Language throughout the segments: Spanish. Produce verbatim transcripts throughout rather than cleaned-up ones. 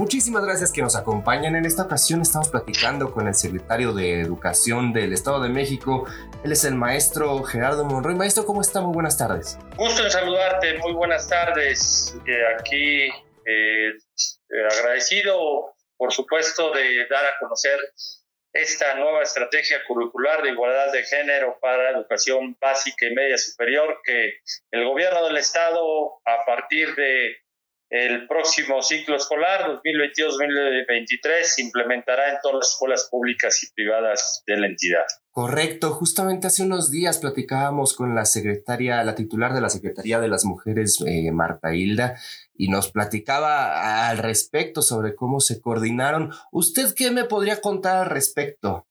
Muchísimas gracias que nos acompañan. En esta ocasión estamos platicando con el secretario de Educación del Estado de México. Él es el maestro Gerardo Monroy. Maestro, ¿cómo está? Muy buenas tardes. Gusto en saludarte, muy buenas tardes. Eh, aquí eh, eh, agradecido, por supuesto, de dar a conocer esta nueva estrategia curricular de igualdad de género para educación básica y media superior que el gobierno del estado, a partir de el próximo ciclo escolar dos mil veintidós dos mil veintitrés, implementará en todas las escuelas públicas y privadas de la entidad. Correcto, justamente hace unos días platicábamos con la secretaria, la titular de la Secretaría de las Mujeres, eh, Marta Hilda, y nos platicaba al respecto sobre cómo se coordinaron. ¿Usted qué me podría contar al respecto?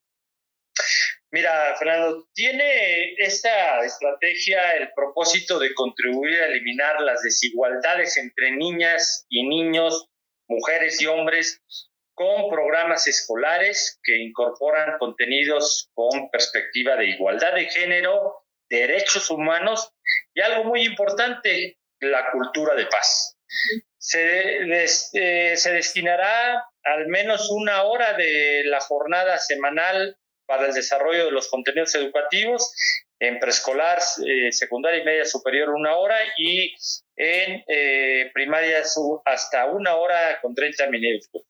Mira, Fernando, tiene esta estrategia el propósito de contribuir a eliminar las desigualdades entre niñas y niños, mujeres y hombres, con programas escolares que incorporan contenidos con perspectiva de igualdad de género, derechos humanos y algo muy importante, la cultura de paz. Se, des, eh, se destinará al menos una hora de la jornada semanal para el desarrollo de los contenidos educativos, en preescolar, eh, secundaria y media superior una hora y en eh, primaria hasta una hora con treinta minutos.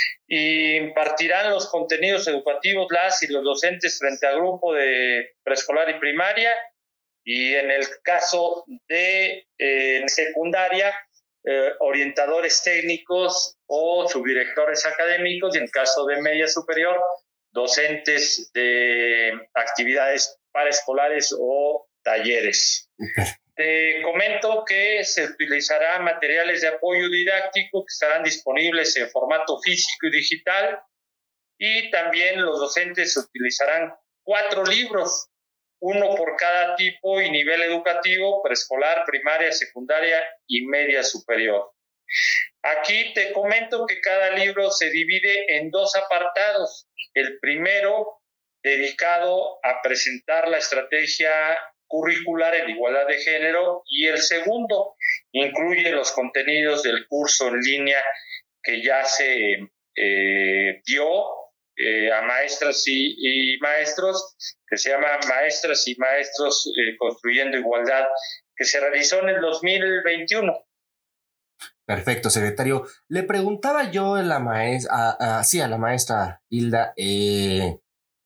Y impartirán los contenidos educativos las y los docentes frente al grupo de preescolar y primaria, y en el caso de eh, secundaria, eh, orientadores técnicos o subdirectores académicos, y en el caso de media superior, docentes de actividades paraescolares o talleres. Te comento que se utilizará materiales de apoyo didáctico que estarán disponibles en formato físico y digital, y también los docentes utilizarán cuatro libros, uno por cada tipo y nivel educativo: preescolar, primaria, secundaria y media superior. Aquí te comento que cada libro se divide en dos apartados. El primero, dedicado a presentar la estrategia curricular en igualdad de género, y el segundo incluye los contenidos del curso en línea que ya se eh, dio eh, a maestras y, y maestros, que se llama Maestras y Maestros eh, Construyendo Igualdad, que se realizó en el dos mil veintiuno. Perfecto, secretario. Le preguntaba yo a la maestra, a, a, sí, a la maestra Hilda, eh,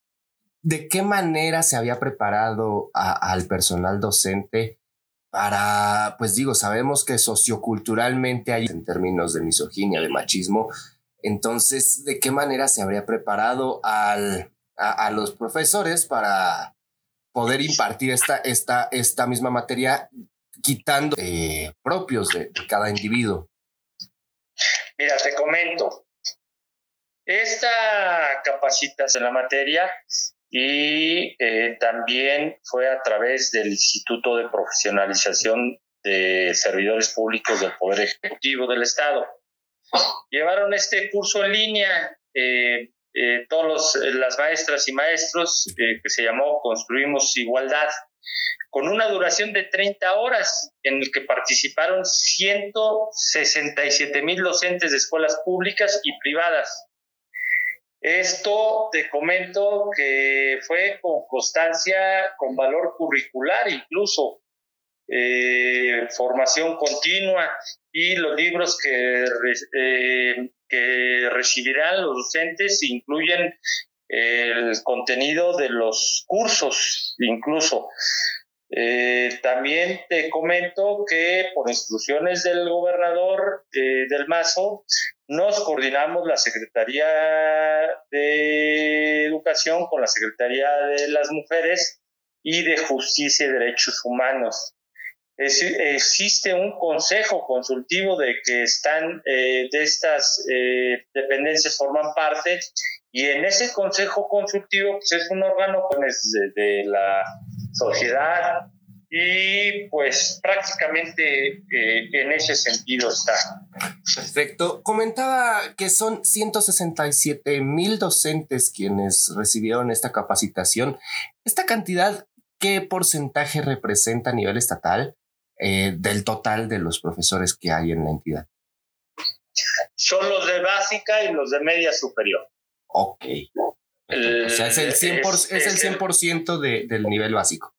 ¿de qué manera se había preparado a, al personal docente para, pues digo, sabemos que socioculturalmente hay en términos de misoginia, de machismo? Entonces, ¿de qué manera se habría preparado al, a, a los profesores para poder impartir esta, esta, esta misma materia, quitando eh, propios de, de cada individuo? Mira, te comento. Esta capacitación en la materia y eh, también fue a través del Instituto de Profesionalización de Servidores Públicos del Poder Ejecutivo del Estado. Llevaron este curso en línea eh, eh, todos los, las maestras y maestros eh, que se llamó Construimos Igualdad, con una duración de treinta horas, en el que participaron ciento sesenta y siete mil docentes de escuelas públicas y privadas. Esto te comento que fue con constancia, con valor curricular incluso, eh, formación continua, y los libros que, eh, que recibirán los docentes incluyen el contenido de los cursos incluso. Eh, también te comento que por instrucciones del gobernador eh, del Mazo, nos coordinamos la Secretaría de Educación con la Secretaría de las Mujeres y de Justicia y Derechos Humanos. Es, existe un consejo consultivo de que están eh, de estas eh, dependencias forman parte, y en ese consejo consultivo pues, es un órgano pues, de, de la sociedad, y pues prácticamente eh, en ese sentido está. Perfecto. Comentaba que son ciento sesenta y siete mil docentes quienes recibieron esta capacitación. ¿Esta cantidad qué porcentaje representa a nivel estatal eh, del total de los profesores que hay en la entidad? son los de básica y los de media superior. Ok. El, o sea, es el cien por ciento, es, es el cien por ciento de, del nivel básico.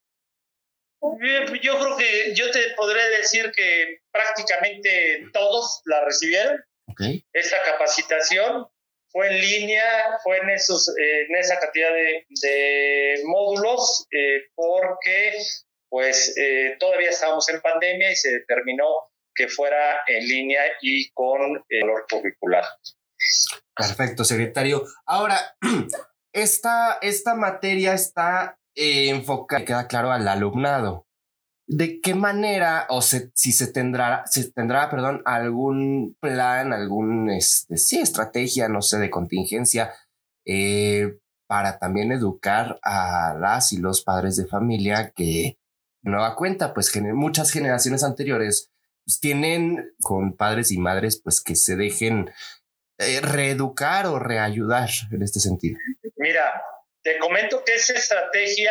Yo creo que yo te podré decir que prácticamente todos la recibieron. Okay. Esta capacitación fue en línea, fue en, esos, eh, en esa cantidad de, de módulos, eh, porque pues eh, todavía estábamos en pandemia y se determinó que fuera en línea y con el valor curricular. Perfecto, secretario. Ahora, esta, esta materia está eh, enfocada, queda claro, al alumnado. ¿De qué manera, o se, si se tendrá, se tendrá, perdón, algún plan, algún, este, sí, estrategia, no sé, de contingencia, eh, para también educar a las y los padres de familia que, de nueva cuenta, pues gener- muchas generaciones anteriores pues, tienen con padres y madres, pues que se dejen eh, reeducar o reayudar en este sentido? Mira, te comento que esa estrategia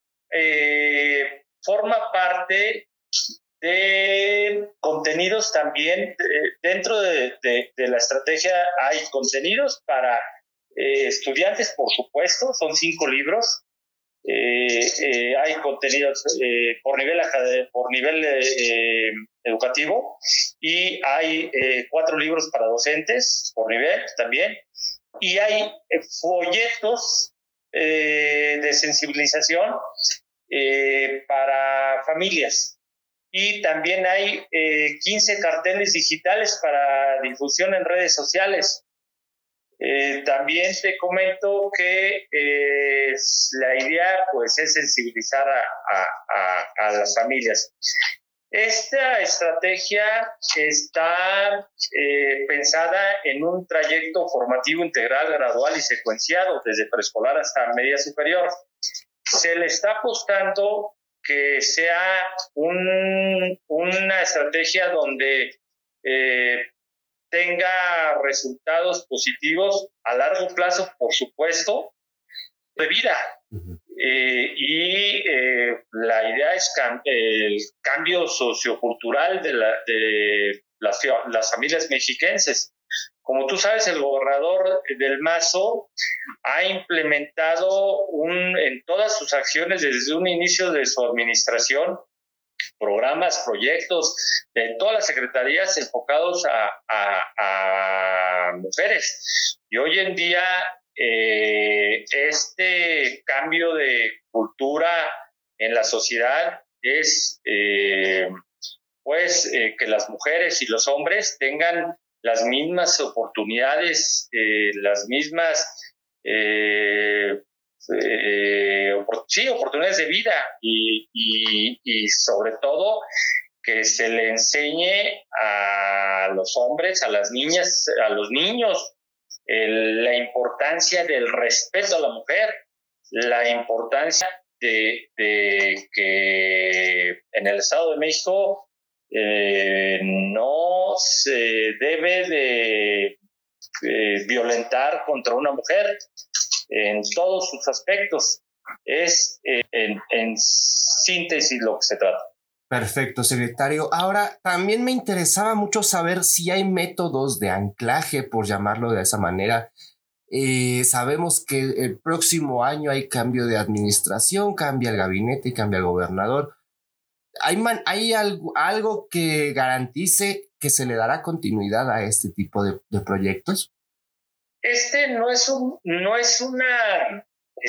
eh, forma parte de contenidos también. Eh, dentro de, de, de la estrategia hay contenidos para eh, estudiantes, por supuesto, son cinco libros. Eh, eh, hay contenidos eh, por nivel, por nivel eh, educativo y hay eh, cuatro libros para docentes por nivel también, y hay eh, folletos eh, de sensibilización eh, para familias, y también hay eh, quince carteles digitales para difusión en redes sociales. Eh, también te comento que eh, la idea pues es sensibilizar a, a, a, a las familias. Esta estrategia está eh, pensada en un trayecto formativo integral, gradual y secuenciado desde preescolar hasta media superior. Se le está apostando que sea un, una estrategia donde eh, tenga resultados positivos a largo plazo, por supuesto, de vida. Uh-huh. Eh, y eh, la idea es cam- el cambio sociocultural de, la, de las, las familias mexiquenses. Como tú sabes, el gobernador del Mazo ha implementado un, en todas sus acciones desde un inicio de su administración programas, proyectos de todas las secretarías enfocados a, a, a mujeres. Y hoy en día eh, este cambio de cultura en la sociedad es eh, pues eh, que las mujeres y los hombres tengan las mismas oportunidades, eh, las mismas eh, Eh, sí, oportunidades de vida y, y, y sobre todo que se le enseñe a los hombres, a las niñas, a los niños el, la importancia del respeto a la mujer, la importancia de, de que en el Estado de México eh, no se debe de eh, violentar contra una mujer en todos sus aspectos. Es eh, en, en síntesis lo que se trata. Perfecto, secretario. Ahora, también me interesaba mucho saber si hay métodos de anclaje, por llamarlo de esa manera. Eh, sabemos que el próximo año hay cambio de administración, cambia el gabinete, cambia el gobernador. ¿Hay, man, ¿hay algo, algo que garantice que se le dará continuidad a este tipo de, de proyectos? Este no es un, no es una,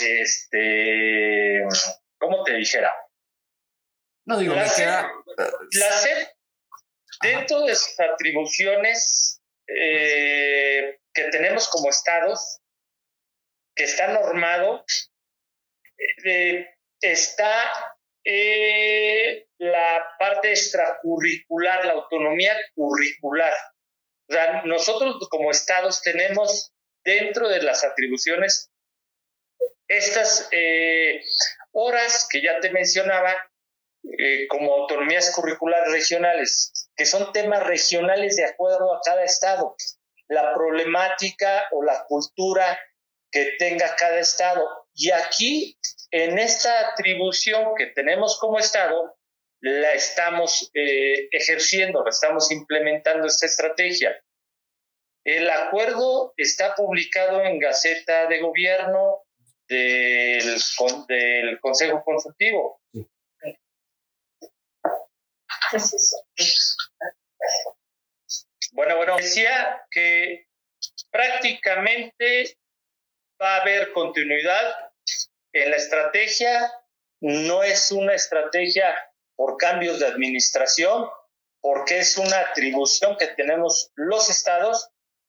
este, ¿cómo te dijera? No digo, la me SEP, queda... la SEP, dentro de sus atribuciones eh, que tenemos como estados, que está normado, eh, está eh, la parte extracurricular, la autonomía curricular. O sea, nosotros como estados tenemos dentro de las atribuciones estas eh, horas que ya te mencionaba, eh, como autonomías curriculares regionales, que son temas regionales de acuerdo a cada estado, la problemática o la cultura que tenga cada estado. Y aquí, en esta atribución que tenemos como estado, la estamos eh, ejerciendo, la estamos implementando esta estrategia. El acuerdo está publicado en Gaceta de Gobierno del, del Consejo Consultivo. Sí. Bueno, bueno, decía que prácticamente va a haber continuidad en la estrategia. No es una estrategia por cambios de administración, porque es una atribución que tenemos los estados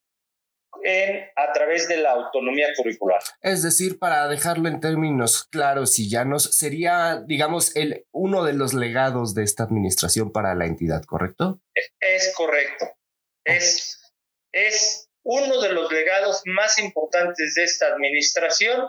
en, a través de la autonomía curricular. Es decir, para dejarlo en términos claros y llanos, sería, digamos, el, uno de los legados de esta administración para la entidad, ¿correcto? Es correcto. Es, es uno de los legados más importantes de esta administración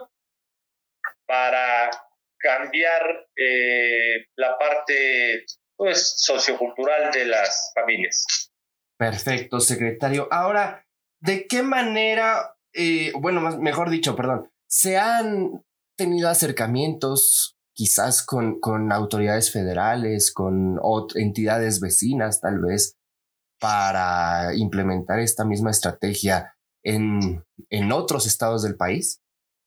para cambiar eh, la parte pues, sociocultural de las familias. Perfecto, secretario. Ahora, ¿de qué manera, eh, bueno, más, mejor dicho, perdón, se han tenido acercamientos quizás con, con autoridades federales, con ot- entidades vecinas tal vez, para implementar esta misma estrategia en, en otros estados del país?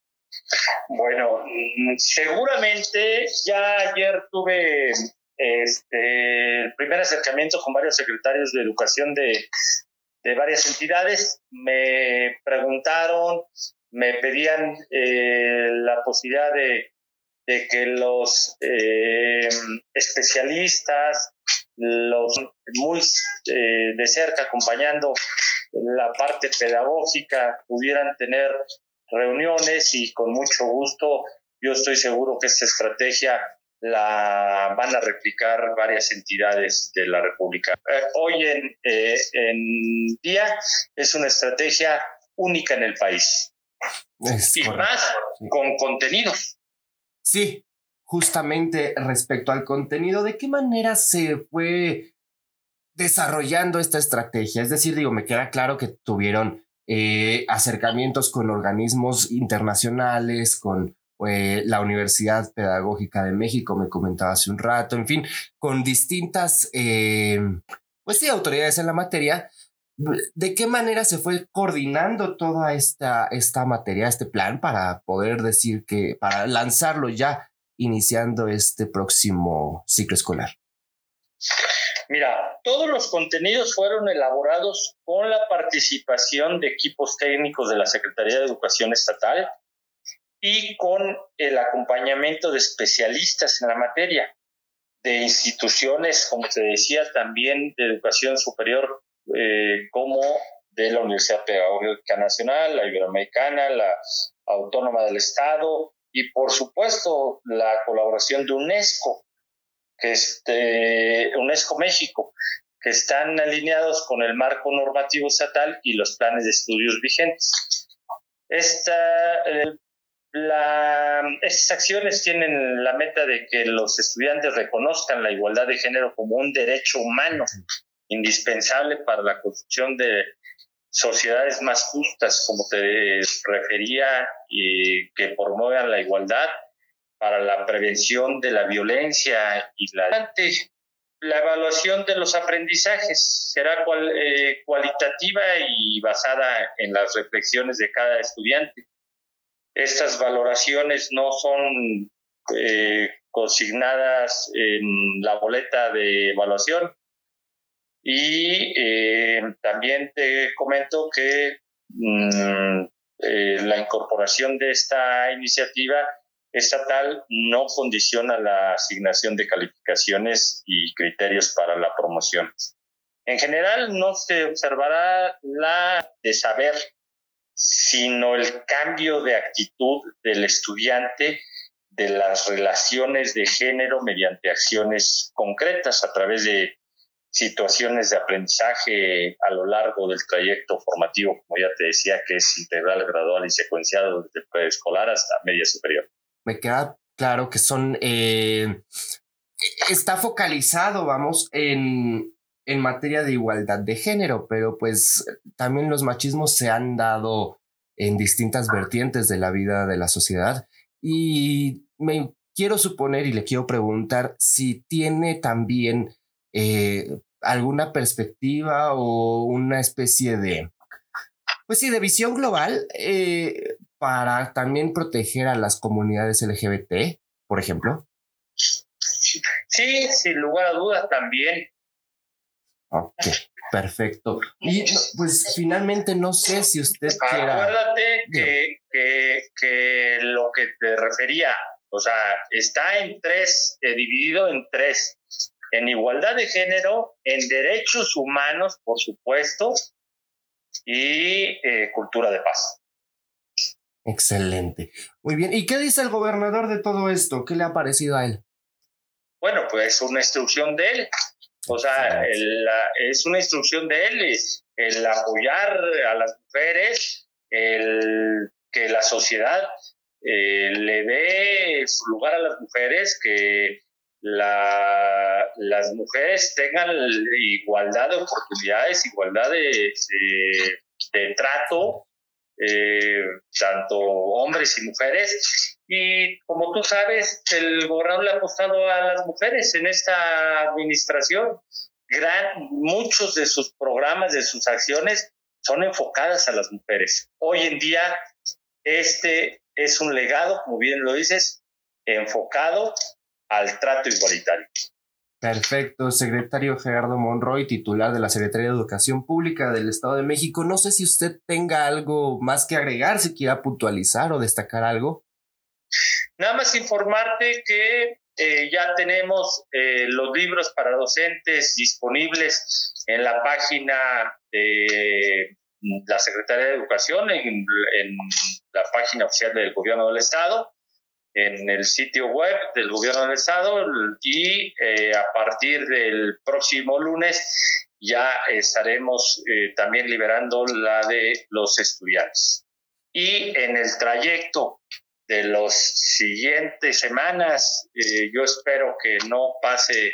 Bueno, seguramente ya ayer tuve este, el primer acercamiento con varios secretarios de educación de, de varias entidades. Me preguntaron, me pedían eh, la posibilidad de, de que los eh, especialistas, los muy eh, de cerca acompañando la parte pedagógica, pudieran tener reuniones, y con mucho gusto yo estoy seguro que esta estrategia la van a replicar varias entidades de la República. Eh, hoy en, eh, en día es una estrategia única en el país. Es y correcto. Más sí. Con contenidos. Sí, justamente respecto al contenido, ¿de qué manera se fue desarrollando esta estrategia? Es decir, digo, me queda claro que tuvieron eh, acercamientos con organismos internacionales, con eh, la Universidad Pedagógica de México, me comentaba hace un rato, en fin, con distintas, eh, pues sí, autoridades en la materia. ¿De qué manera se fue coordinando toda esta, esta materia, este plan, para poder decir que, para lanzarlo ya iniciando este próximo ciclo escolar? Mira, todos los contenidos fueron elaborados con la participación de equipos técnicos de la Secretaría de Educación Estatal y con el acompañamiento de especialistas en la materia, de instituciones, como te decía, también de educación superior, eh, como de la Universidad Pedagógica Nacional, la Iberoamericana, la Autónoma del Estado y, por supuesto, la colaboración de UNESCO, que es de UNESCO México, que están alineados con el marco normativo estatal y los planes de estudios vigentes. Esta, eh, la, estas acciones tienen la meta de que los estudiantes reconozcan la igualdad de género como un derecho humano indispensable para la construcción de sociedades más justas, como te refería, y que promuevan la igualdad, para la prevención de la violencia y la, la evaluación de los aprendizajes será cual, eh, cualitativa y basada en las reflexiones de cada estudiante. Estas valoraciones no son eh, consignadas en la boleta de evaluación. Y eh, también te comento que mmm, eh, la incorporación de esta iniciativa estatal no condiciona la asignación de calificaciones y criterios para la promoción. En general, no se observará la de saber, sino el cambio de actitud del estudiante de las relaciones de género mediante acciones concretas a través de situaciones de aprendizaje a lo largo del trayecto formativo, como ya te decía, que es integral, gradual y secuenciado desde preescolar hasta media superior. Me queda claro que son eh, está focalizado, vamos, en, en materia de igualdad de género, pero pues también los machismos se han dado en distintas vertientes de la vida de la sociedad, y me quiero suponer y le quiero preguntar si tiene también eh, alguna perspectiva o una especie de Pues sí, de visión global, eh, para también proteger a las comunidades L G B T, por ejemplo. Sí, sin lugar a dudas también. Ok, perfecto. Y pues finalmente no sé si usted quiera... Acuérdate que, que, que lo que te refería, o sea, está en tres, eh, dividido en tres. En igualdad de género, en derechos humanos, por supuesto, y eh, cultura de paz. Excelente. Muy bien. ¿Y qué dice el gobernador de todo esto? ¿Qué le ha parecido a él? Bueno, pues una instrucción de él. O sea, el, la, es una instrucción de él, es el apoyar a las mujeres, el que la sociedad eh, le dé su lugar a las mujeres, que la, las mujeres tengan igualdad de oportunidades, igualdad de, de, de trato, eh, tanto hombres y mujeres. Y como tú sabes, el gobernador le ha apostado a las mujeres en esta administración. Gran, muchos de sus programas, de sus acciones, son enfocadas a las mujeres. Hoy en día, este es un legado, como bien lo dices, enfocado al trato igualitario. Perfecto, secretario Gerardo Monroy, titular de la Secretaría de Educación Pública del Estado de México. No sé si usted tenga algo más que agregar, si quiera puntualizar o destacar algo. Nada más informarte que eh, ya tenemos eh, los libros para docentes disponibles en la página de la Secretaría de Educación, en, en la página oficial del Gobierno del Estado, en el sitio web del Gobierno del Estado, y eh, a partir del próximo lunes ya estaremos eh, también liberando la de los estudiantes. Y en el trayecto de las siguientes semanas, eh, yo espero que no pase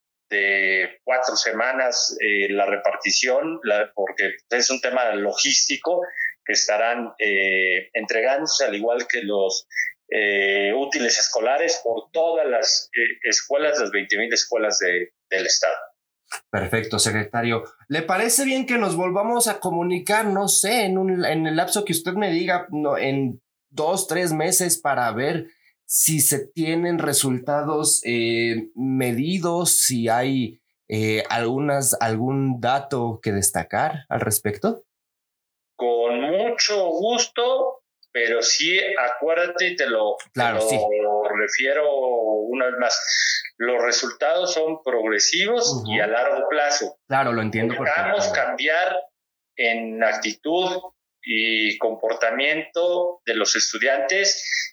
de cuatro semanas eh, la repartición, la, porque es un tema logístico que estarán eh, entregándose, al igual que los eh, útiles escolares, por todas las eh, escuelas, las veinte mil escuelas de, del estado. Perfecto, secretario. ¿Le parece bien que nos volvamos a comunicar, no sé, en, un, en el lapso que usted me diga, no, en dos, tres meses, para ver si se tienen resultados eh, medidos, si hay eh, algunas, algún dato que destacar al respecto? Con mucho gusto, pero sí, acuérdate, te lo, claro, te lo sí. refiero una vez más. Los resultados son progresivos uh-huh. y a largo plazo. Claro, lo entiendo. Buscamos cambiar en actitud y comportamiento de los estudiantes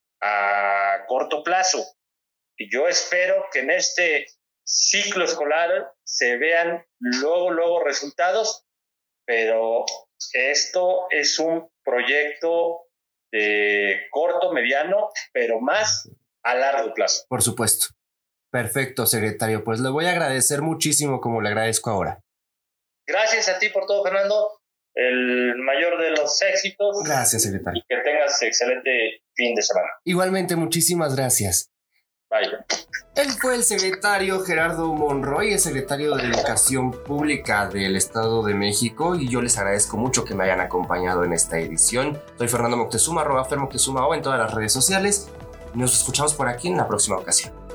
a corto plazo. Y yo espero que en este ciclo escolar se vean luego, luego resultados, pero esto es un proyecto de corto, mediano, pero más a largo plazo. Por supuesto. Perfecto, secretario. Pues le voy a agradecer muchísimo, como le agradezco ahora. Gracias a ti por todo, Fernando. El mayor de los éxitos. Gracias, secretario. Y que tengas excelente fin de semana. Igualmente, muchísimas gracias. Bye. Él fue el secretario Gerardo Monroy, el secretario de Educación Pública del Estado de México, y yo les agradezco mucho que me hayan acompañado en esta edición. Soy Fernando Moctezuma, arroba Fer Moctezuma o en todas las redes sociales. Nos escuchamos por aquí en la próxima ocasión.